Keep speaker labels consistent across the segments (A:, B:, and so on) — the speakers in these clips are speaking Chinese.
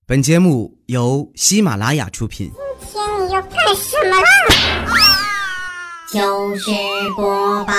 A: 本节目由喜马拉雅出品。
B: 今天你要干什么啦？
C: 糗事播报。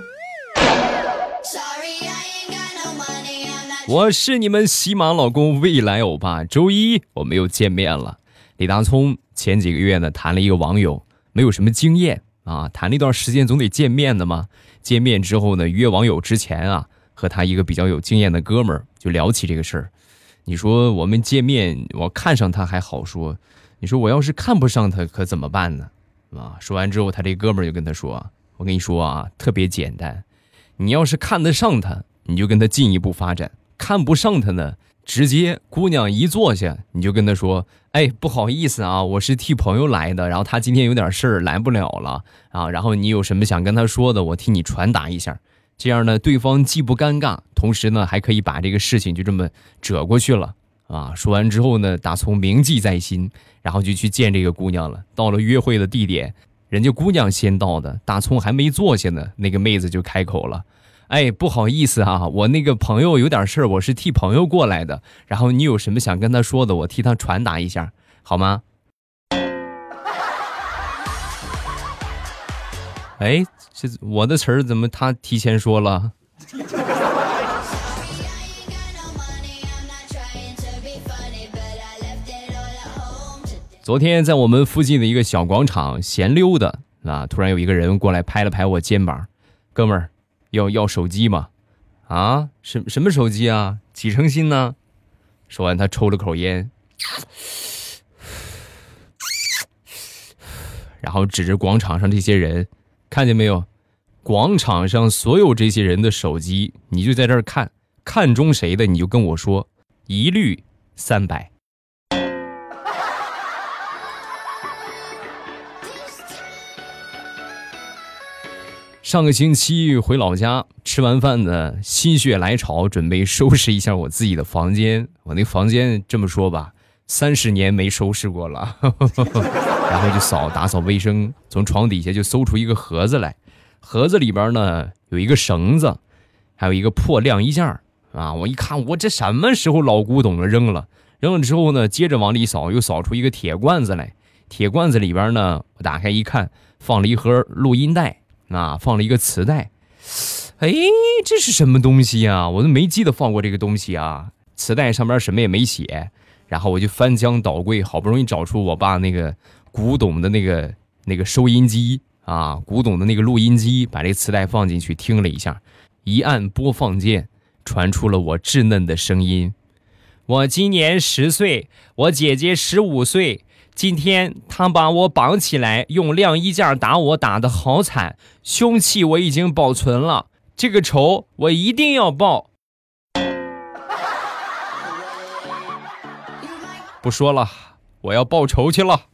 D: 我是你们喜马老公未来欧巴，周一我们又见面了。李大聪前几个月呢谈了一个网友，没有什么经验啊，谈了一段时间总得见面的嘛。见面之后呢，约网友之前啊，和他一个比较有经验的哥们儿就聊起这个事儿。你说我们见面，我看上他还好说，你说我要是看不上他可怎么办呢？啊，说完之后他这哥们儿就跟他说，我跟你说啊，特别简单，你要是看得上他，你就跟他进一步发展，看不上他呢，直接姑娘一坐下，你就跟他说，哎，不好意思啊，我是替朋友来的，然后他今天有点事儿来不了了啊，然后你有什么想跟他说的，我替你传达一下。这样呢，对方既不尴尬，同时呢，还可以把这个事情就这么折过去了啊。说完之后呢，大聪铭记在心，然后就去见这个姑娘了。到了约会的地点，人家姑娘先到的，大聪还没坐下呢，那个妹子就开口了，哎，不好意思啊，我那个朋友有点事儿，我是替朋友过来的，然后你有什么想跟他说的，我替他传达一下，好吗？哎，这我的词儿怎么他提前说了？昨天在我们附近的一个小广场闲溜达啊，突然有一个人过来拍了拍我肩膀，哥们儿，要手机吗？啊，什么手机啊？几成新呢？说完他抽了口烟，然后指着广场上这些人，看见没有？广场上所有这些人的手机，你就在这儿看，看中谁的你就跟我说，一律300。上个星期回老家，吃完饭呢，心血来潮，准备收拾一下我自己的房间。我那房间这么说吧，30年没收拾过了，然后就打扫卫生，从床底下就搜出一个盒子来，盒子里边呢有一个绳子，还有一个破晾衣架啊。我一看，我这什么时候老古董了，扔了之后呢，接着往里扫，又扫出一个铁罐子来，铁罐子里边呢，我打开一看，放了一盒录音带啊，放了一个磁带。哎，这是什么东西啊？我都没记得放过这个东西啊。磁带上面什么也没写，然后我就翻箱倒柜，好不容易找出我爸那个古董的那个收音机啊，古董的那个录音机，把这磁带放进去听了一下，一按播放键，传出了我稚嫩的声音。我今年10岁，我姐姐15岁。今天他把我绑起来，用晾衣架打我，打得好惨。凶器我已经保存了，这个仇我一定要报。不说了，我要报仇去了。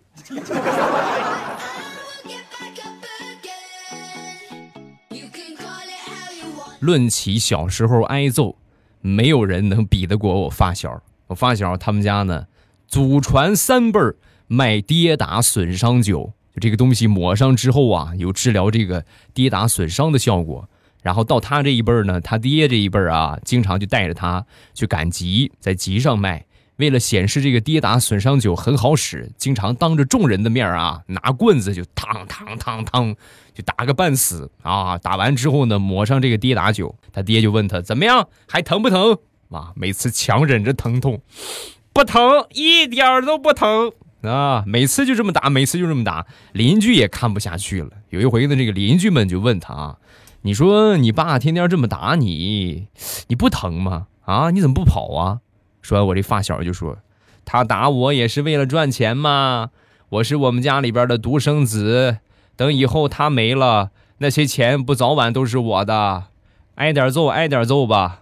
D: 论起小时候挨揍，没有人能比得过我发小。我发小他们家呢，祖传3辈儿卖跌打损伤酒，就这个东西抹上之后啊，有治疗这个跌打损伤的效果。然后到他这一辈儿呢，他爹这一辈儿啊，经常就带着他去赶集，在集上卖。为了显示这个跌打损伤酒很好使，经常当着众人的面啊，拿棍子就嘡嘡嘡嘡，就打个半死啊。打完之后呢，抹上这个跌打酒，他爹就问他怎么样，还疼不疼啊？每次强忍着疼痛，不疼，一点都不疼啊！每次就这么打，邻居也看不下去了。有一回呢，这个邻居们就问他啊，你说你爸天天这么打你，你不疼吗？啊，你怎么不跑啊？说完我这发小就说，他打我也是为了赚钱嘛，我是我们家里边的独生子，等以后他没了，那些钱不早晚都是我的，挨点揍吧。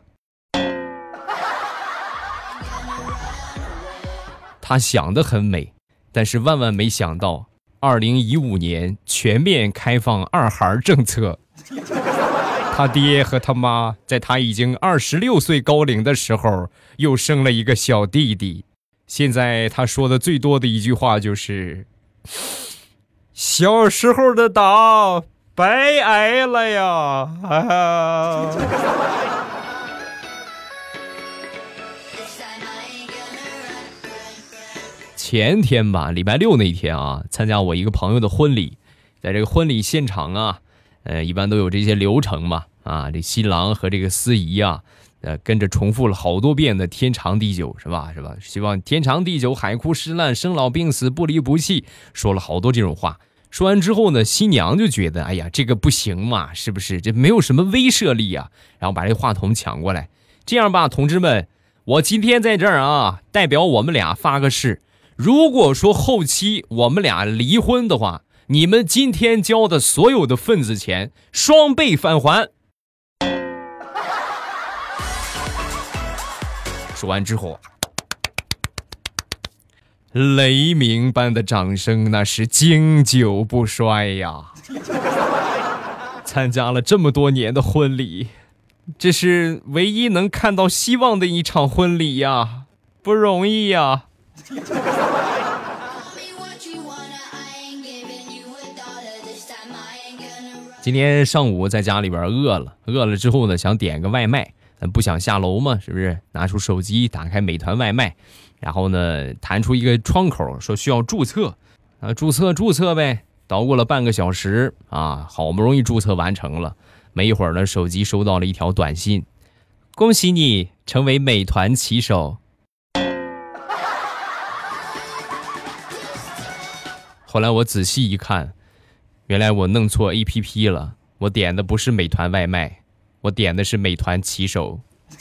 D: 他想得很美，但是万万没想到2015年全面开放2孩政策，他爹和他妈在他已经26岁高龄的时候又生了一个小弟弟。现在他说的最多的一句话就是小时候的打白挨了呀。 前天吧，礼拜六那天啊，参加我一个朋友的婚礼，在这个婚礼现场啊，一般都有这些流程嘛，啊，这新郎和这个司仪啊，跟着重复了好多遍的天长地久，是吧？希望天长地久，海枯石烂，生老病死，不离不弃，说了好多这种话。说完之后呢，新娘就觉得，哎呀，这个不行嘛，是不是？这没有什么威慑力啊。然后把这话筒抢过来，这样吧，同志们，我今天在这儿啊，代表我们俩发个誓，如果说后期我们俩离婚的话，你们今天交的所有的份子钱双倍返还。说完之后，雷鸣般的掌声，那是经久不衰呀！参加了这么多年的婚礼，这是唯一能看到希望的一场婚礼呀，不容易呀！今天上午在家里边饿了之后呢，想点个外卖，不想下楼嘛，是不是？拿出手机，打开美团外卖，然后呢，弹出一个窗口，说需要注册，注册呗。捣鼓了半个小时啊，好不容易注册完成了。没一会儿呢，手机收到了一条短信：恭喜你成为美团骑手。后来我仔细一看，原来我弄错 APP 了，我点的不是美团外卖，我点的是美团骑手。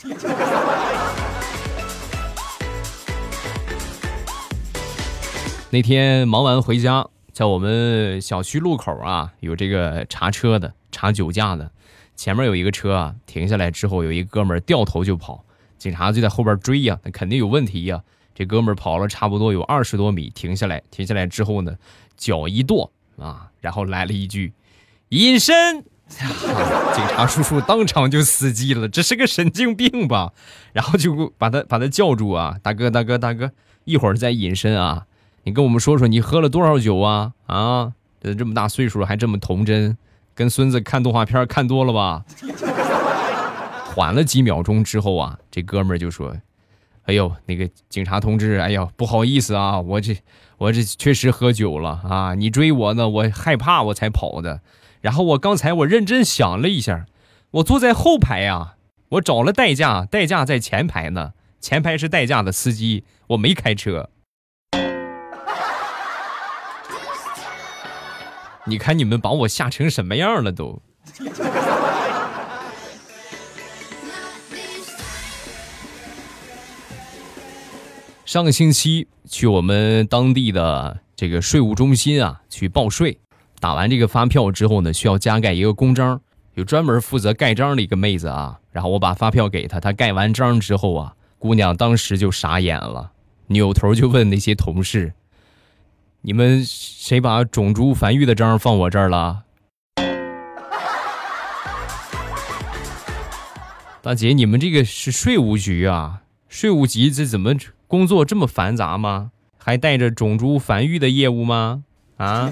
D: 那天忙完回家，在我们小区路口啊，有这个查车的，查酒驾的，前面有一个车啊，停下来之后，有一哥们儿掉头就跑，警察就在后边追呀，那肯定有问题呀。这哥们儿跑了差不多有20多米，停下来之后呢，脚一跺啊，然后来了一句隐身。警察叔叔当场就死机了，这是个神经病吧？然后就把他叫住啊，大哥，一会儿再隐身啊，你跟我们说说你喝了多少酒啊？啊，这么大岁数还这么童真，跟孙子看动画片看多了吧？缓了几秒钟之后啊，这哥们儿就说：“哎呦，那个警察同志，哎呦，不好意思啊，我这确实喝酒了啊，你追我呢，我害怕我才跑的。然后我刚才认真想了一下，我坐在后排啊，我找了代驾在前排呢，前排是代驾的司机，我没开车。”你看你们把我吓成什么样了都。上个星期去我们当地的这个税务中心啊去报税，打完这个发票之后呢，需要加盖一个公章，有专门负责盖章的一个妹子啊，然后我把发票给她，她盖完章之后啊，姑娘当时就傻眼了，扭头就问那些同事：“你们谁把种族繁育的章放我这儿了？”大姐，你们这个是税务局啊，税务局这怎么工作这么繁杂吗？还带着种族繁育的业务吗？啊？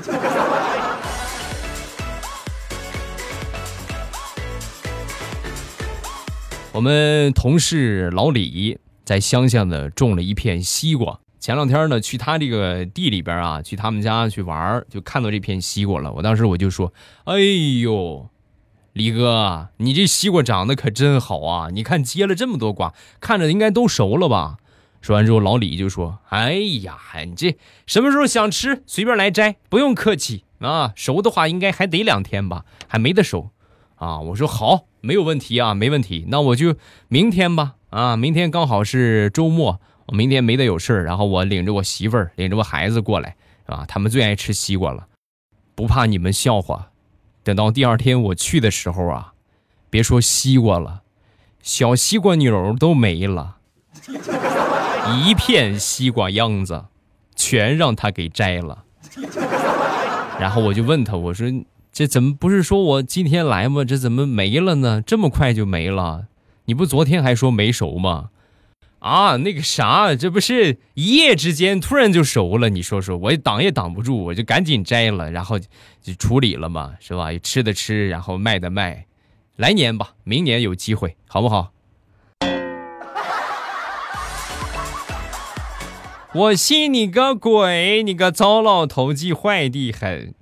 D: 我们同事老李在乡下呢种了一片西瓜，前两天呢去他这个地里边啊，去他们家去玩，就看到这片西瓜了。我当时我就说：“哎呦，李哥，你这西瓜长得可真好啊！你看结了这么多瓜，看着应该都熟了吧？”说完之后，老李就说：“哎呀，你这什么时候想吃随便来摘，不用客气啊。熟的话应该还得2天吧，还没得熟啊。”我说：“好，没有问题啊，没问题。那我就明天吧，啊，明天刚好是周末，我明天没得有事，然后我领着我媳妇儿，领着我孩子过来，啊，他们最爱吃西瓜了，不怕你们笑话。等到第2天我去的时候啊，别说西瓜了，小西瓜钮都没了。”一片西瓜秧子全让他给摘了。然后我就问他，我说：“这怎么不是说我今天来吗？这怎么没了呢？这么快就没了？你不昨天还说没熟吗？”啊，那个啥，这不是一夜之间突然就熟了，你说说，我挡也挡不住，我就赶紧摘了，然后就处理了嘛，是吧？吃的吃，然后卖的卖，来年吧，明年有机会，好不好？ 我信你个鬼！你个糟老头子坏的很。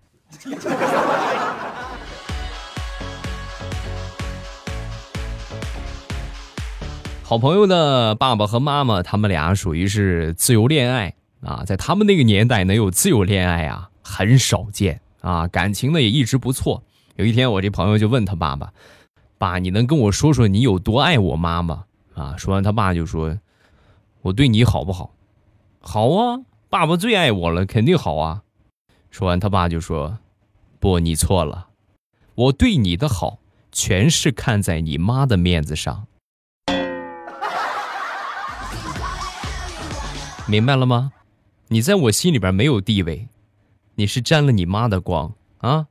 D: 好朋友的爸爸和妈妈，他们俩属于是自由恋爱啊，在他们那个年代能有自由恋爱啊，很少见啊，感情呢也一直不错。有一天我这朋友就问他爸爸：“爸，你能跟我说说你有多爱我妈妈？”啊，说完他爸就说：“我对你好不好？”“好啊，爸爸最爱我了，肯定好啊。”说完他爸就说：“不，你错了，我对你的好全是看在你妈的面子上。”明白了吗？你在我心里边没有地位，你是沾了你妈的光啊！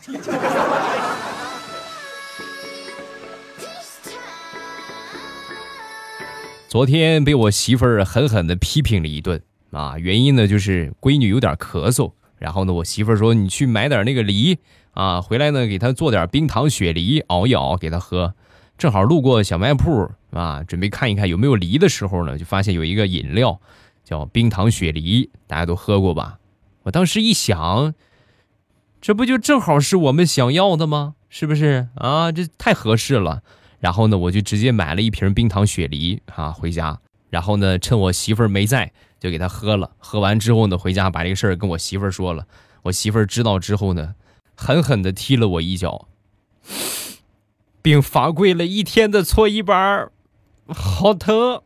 D: 昨天被我媳妇儿狠狠地批评了一顿啊，原因呢就是闺女有点咳嗽，然后呢我媳妇儿说你去买点那个梨啊，回来呢给她做点冰糖雪梨熬一熬给她喝。正好路过小卖铺啊，准备看一看有没有梨的时候呢，就发现有一个饮料叫冰糖雪梨，大家都喝过吧？我当时一想，这不就正好是我们想要的吗？是不是啊？这太合适了。然后呢，我就直接买了一瓶冰糖雪梨啊回家，然后呢，趁我媳妇儿没在，就给她喝了。喝完之后呢，回家把这个事儿跟我媳妇儿说了。我媳妇儿知道之后呢，狠狠地踢了我一脚，并罚跪了1天的搓衣板，好疼。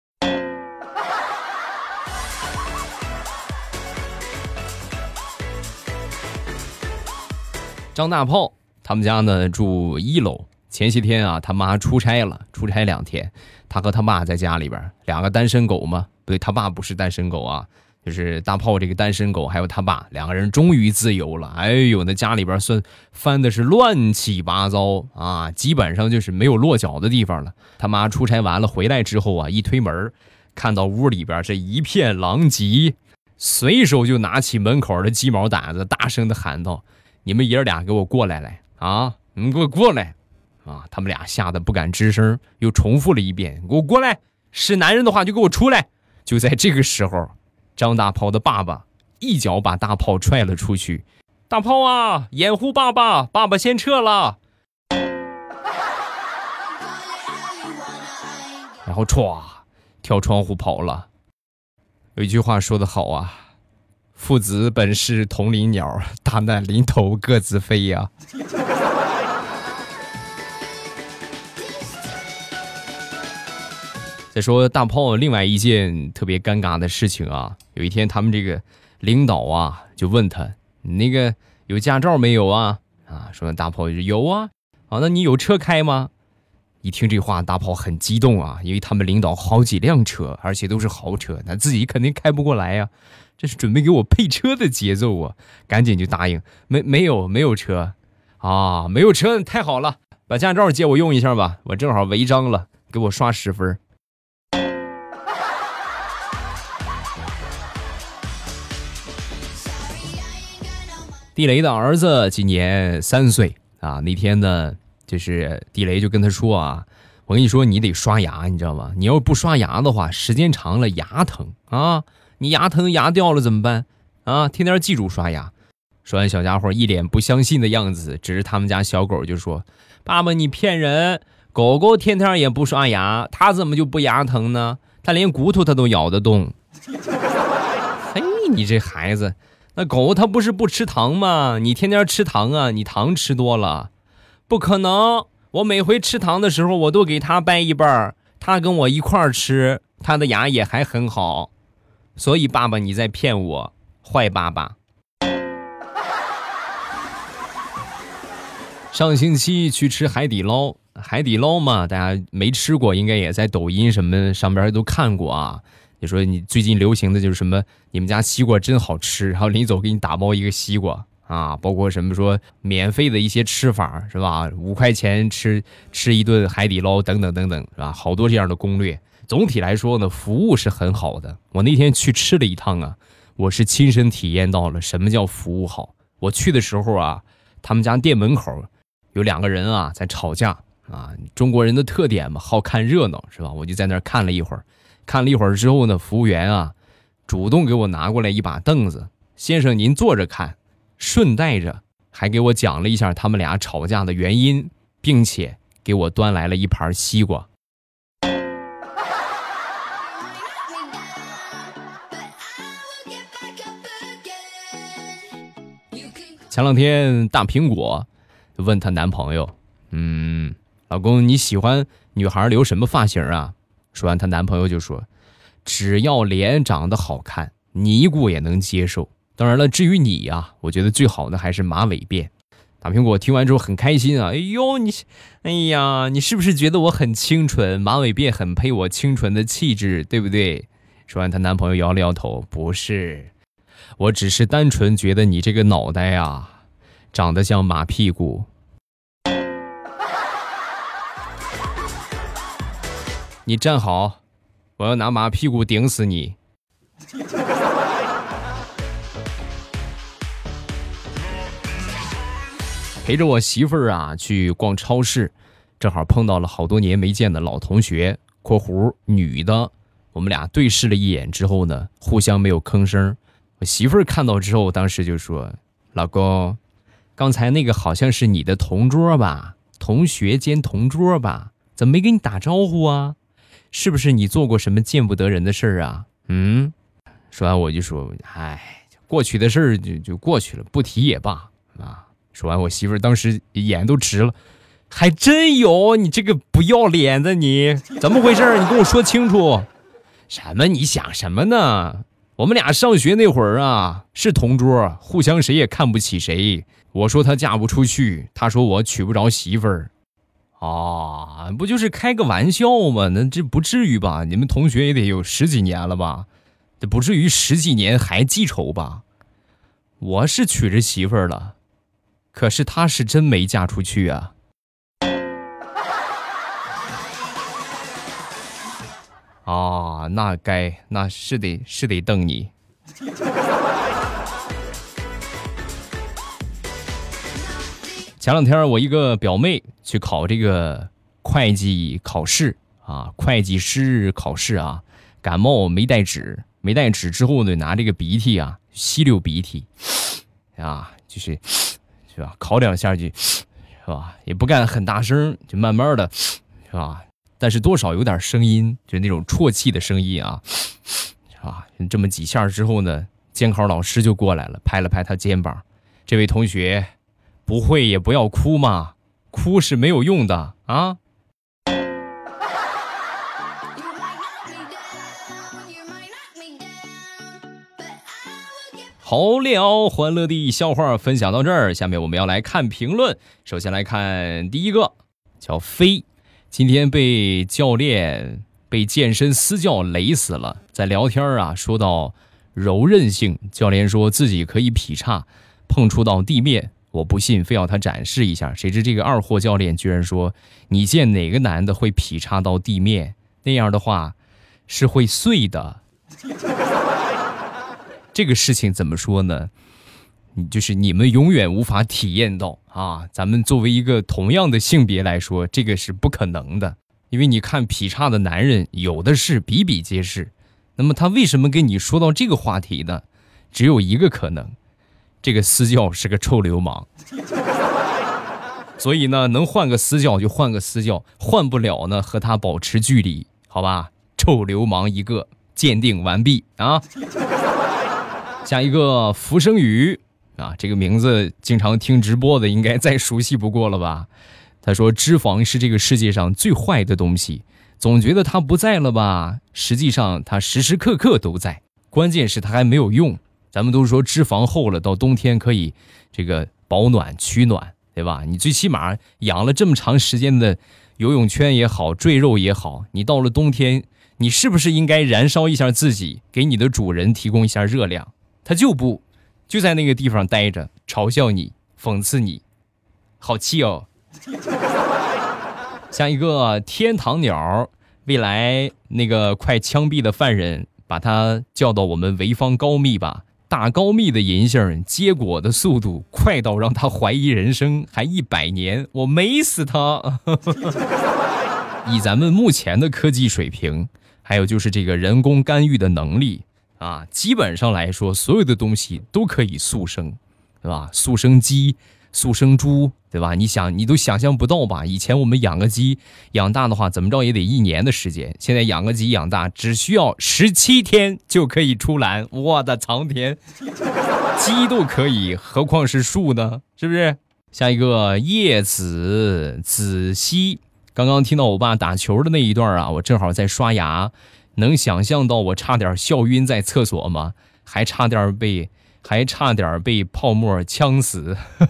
D: 张大炮他们家呢住1楼，前些天啊他妈出差了，出差2天，他和他爸在家里边，2个单身狗嘛，不对，他爸不是单身狗啊，就是大炮这个单身狗还有他爸2个人终于自由了。哎呦，那家里边算翻的是乱七八糟啊，基本上就是没有落脚的地方了。他妈出差完了回来之后啊，一推门看到屋里边这一片狼藉，随手就拿起门口的鸡毛掸子，大声的喊道：“你们爷俩给我过来啊！你们给我过来啊！”他们俩吓得不敢吱声，又重复了一遍：“给我过来！是男人的话就给我出来！”就在这个时候，张大炮的爸爸一脚把大炮踹了出去。“大炮啊，掩护爸爸，爸爸先撤了。”然后歘，跳窗户跑了。有一句话说得好啊，父子本是同林鸟，大难临头各自飞呀。再说大炮另外一件特别尴尬的事情啊，有一天他们这个领导啊就问他：“你那个有驾照没有啊？”啊，说大炮就有啊。啊，那你有车开吗？一听这话，大炮很激动啊，因为他们领导好几辆车，而且都是豪车，他自己肯定开不过来呀。这是准备给我配车的节奏啊！赶紧就答应，没有车啊，没有车太好了，把驾照借我用一下吧，我正好违章了，给我刷10分。地雷的儿子今年3岁啊，那天呢，就是地雷就跟他说啊，我跟你说，你得刷牙，你知道吗？你要不刷牙的话，时间长了牙疼啊。你牙疼牙掉了怎么办啊？天天记住刷牙。说完，小家伙一脸不相信的样子，指着他们家小狗就说：“爸爸，你骗人！狗狗天天也不刷牙，它怎么就不牙疼呢？它连骨头它都咬得动。”嘿，你这孩子，那狗它不是不吃糖吗？你天天吃糖啊，你糖吃多了。不可能，我每回吃糖的时候，我都给它掰一半，它跟我一块儿吃，它的牙也还很好。所以爸爸你在骗我，坏爸爸。上星期去吃海底捞，海底捞嘛，大家没吃过，应该也在抖音什么上边都看过啊。你说你最近流行的就是什么，你们家西瓜真好吃，然后临走给你打包一个西瓜啊，包括什么说免费的一些吃法是吧？5块钱吃一顿海底捞等等等等是吧？好多这样的攻略。总体来说呢，服务是很好的。我那天去吃了一趟啊，我是亲身体验到了什么叫服务好。我去的时候啊，他们家店门口有2个人啊在吵架啊，中国人的特点嘛，好看热闹是吧？我就在那儿看了一会儿之后呢，服务员啊主动给我拿过来一把凳子，先生您坐着看，顺带着还给我讲了一下他们俩吵架的原因，并且给我端来了一盘西瓜。前两天大苹果问她男朋友，老公你喜欢女孩留什么发型啊？说完她男朋友就说，只要脸长得好看，尼姑也能接受。当然了，至于你啊，我觉得最好的还是马尾辫。大苹果听完之后很开心啊，你是不是觉得我很清纯？马尾辫很配我清纯的气质，对不对？说完她男朋友摇了摇头，不是，我只是单纯觉得你这个脑袋啊，长得像马屁股。你站好，我要拿马屁股顶死你。陪着我媳妇儿啊去逛超市，正好碰到了好多年没见的老同学（括弧女的）。我们俩对视了一眼之后呢，互相没有吭声。我媳妇儿看到之后，当时就说：“老公，刚才那个好像是你的同桌吧？同学兼同桌吧？怎么没跟你打招呼啊？是不是你做过什么见不得人的事儿啊？”说完我就说：“过去的事儿就过去了，不提也罢啊。”说完我媳妇儿当时眼都直了，还真有，你这个不要脸的你，怎么回事？你跟我说清楚。什么？你想什么呢？我们俩上学那会儿啊，是同桌，互相谁也看不起谁。我说她嫁不出去，她说我娶不着媳妇儿。不就是开个玩笑吗？那这不至于吧？你们同学也得有10几年了吧？这不至于10几年还记仇吧？我是娶着媳妇儿了，可是她是真没嫁出去啊。那是得瞪你。前两天我一个表妹去考这个会计考试啊，会计师考试啊，感冒没带纸之后呢，拿这个鼻涕啊吸溜鼻涕啊，是吧？考2下去是吧？也不干很大声，就慢慢的是吧？但是多少有点声音，就那种啜泣的声音啊，这么几下之后呢，监考老师就过来了，拍了拍他肩膀，这位同学，不会也不要哭嘛，哭是没有用的啊。好了，欢乐的笑话分享到这儿，下面我们要来看评论。首先来看第一个，叫飞。今天被健身私教雷死了，在聊天啊，说到柔韧性，教练说自己可以劈叉碰触到地面，我不信，非要他展示一下。谁知这个二货教练居然说，你见哪个男的会劈叉到地面？那样的话是会碎的。这个事情怎么说呢？就是你们永远无法体验到啊！咱们作为一个同样的性别来说，这个是不可能的，因为你看劈叉的男人有的是，比比皆是。那么他为什么跟你说到这个话题呢？只有一个可能，这个私教是个臭流氓。所以呢，能换个私教就换个私教，换不了呢，和他保持距离，好吧？臭流氓一个，鉴定完毕啊！下一个浮生宇。这个名字经常听直播的应该再熟悉不过了吧。他说脂肪是这个世界上最坏的东西，总觉得它不在了吧，实际上它时时刻刻都在，关键是它还没有用。咱们都说脂肪厚了到冬天可以这个保暖取暖，对吧？你最起码养了这么长时间的游泳圈也好，赘肉也好，你到了冬天你是不是应该燃烧一下自己，给你的主人提供一下热量？他就在那个地方待着，嘲笑你，讽刺你，好气哦。像一个天堂鸟，未来那个快枪毙的犯人，把他叫到我们潍坊高密吧。大高密的银杏结果的速度快到让他怀疑人生，还100年，我美死他。以咱们目前的科技水平，还有就是这个人工干预的能力， 啊，基本上来说，所有的东西都可以速生，对吧？速生鸡、速生猪，对吧？你都想象不到吧？以前我们养个鸡养大的话，怎么着也得1年的时间，现在养个鸡养大只需要17天就可以出栏，我的苍天！鸡都可以，何况是树呢？是不是？下一个叶子子熙，刚刚听到我爸打球的那一段啊，我正好在刷牙，能想象到我差点笑晕在厕所吗？还差点被泡沫呛死。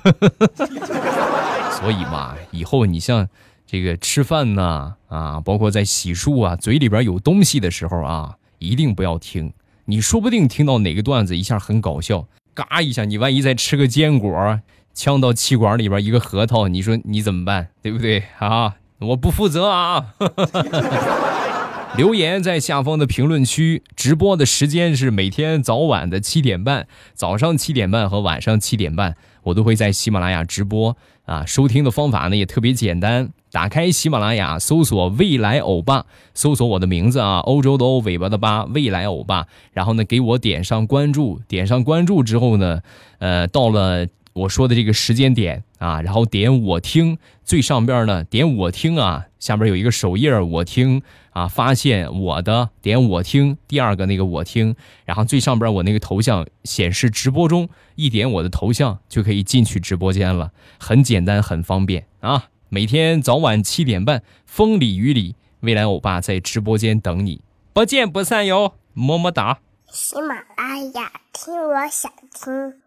D: 所以嘛，以后你像这个吃饭呢啊，包括在洗漱啊，嘴里边有东西的时候啊，一定不要听。你说不定听到哪个段子一下很搞笑，嘎一下，你万一再吃个坚果，呛到气管里边一个核桃，你说你怎么办？对不对啊？我不负责啊！留言在下方的评论区，直播的时间是每天早晚的7点半，早上7点半和晚上7点半，我都会在喜马拉雅直播啊。收听的方法呢也特别简单，打开喜马拉雅，搜索未来欧巴，搜索我的名字啊，欧洲的欧，尾巴的巴，未来欧巴，然后呢给我点上关注，点上关注之后呢，到了我说的这个时间点啊，然后点我听，最上边呢点我听啊，下边有一个首页我听啊，发现我的点我听，第二个那个我听，然后最上边我那个头像显示直播中，一点我的头像就可以进去直播间了，很简单很方便啊。每天早晚7点半，风里雨里，未来欧巴在直播间等你，不见不散哟，么么哒。
B: 喜马拉雅，听我想听。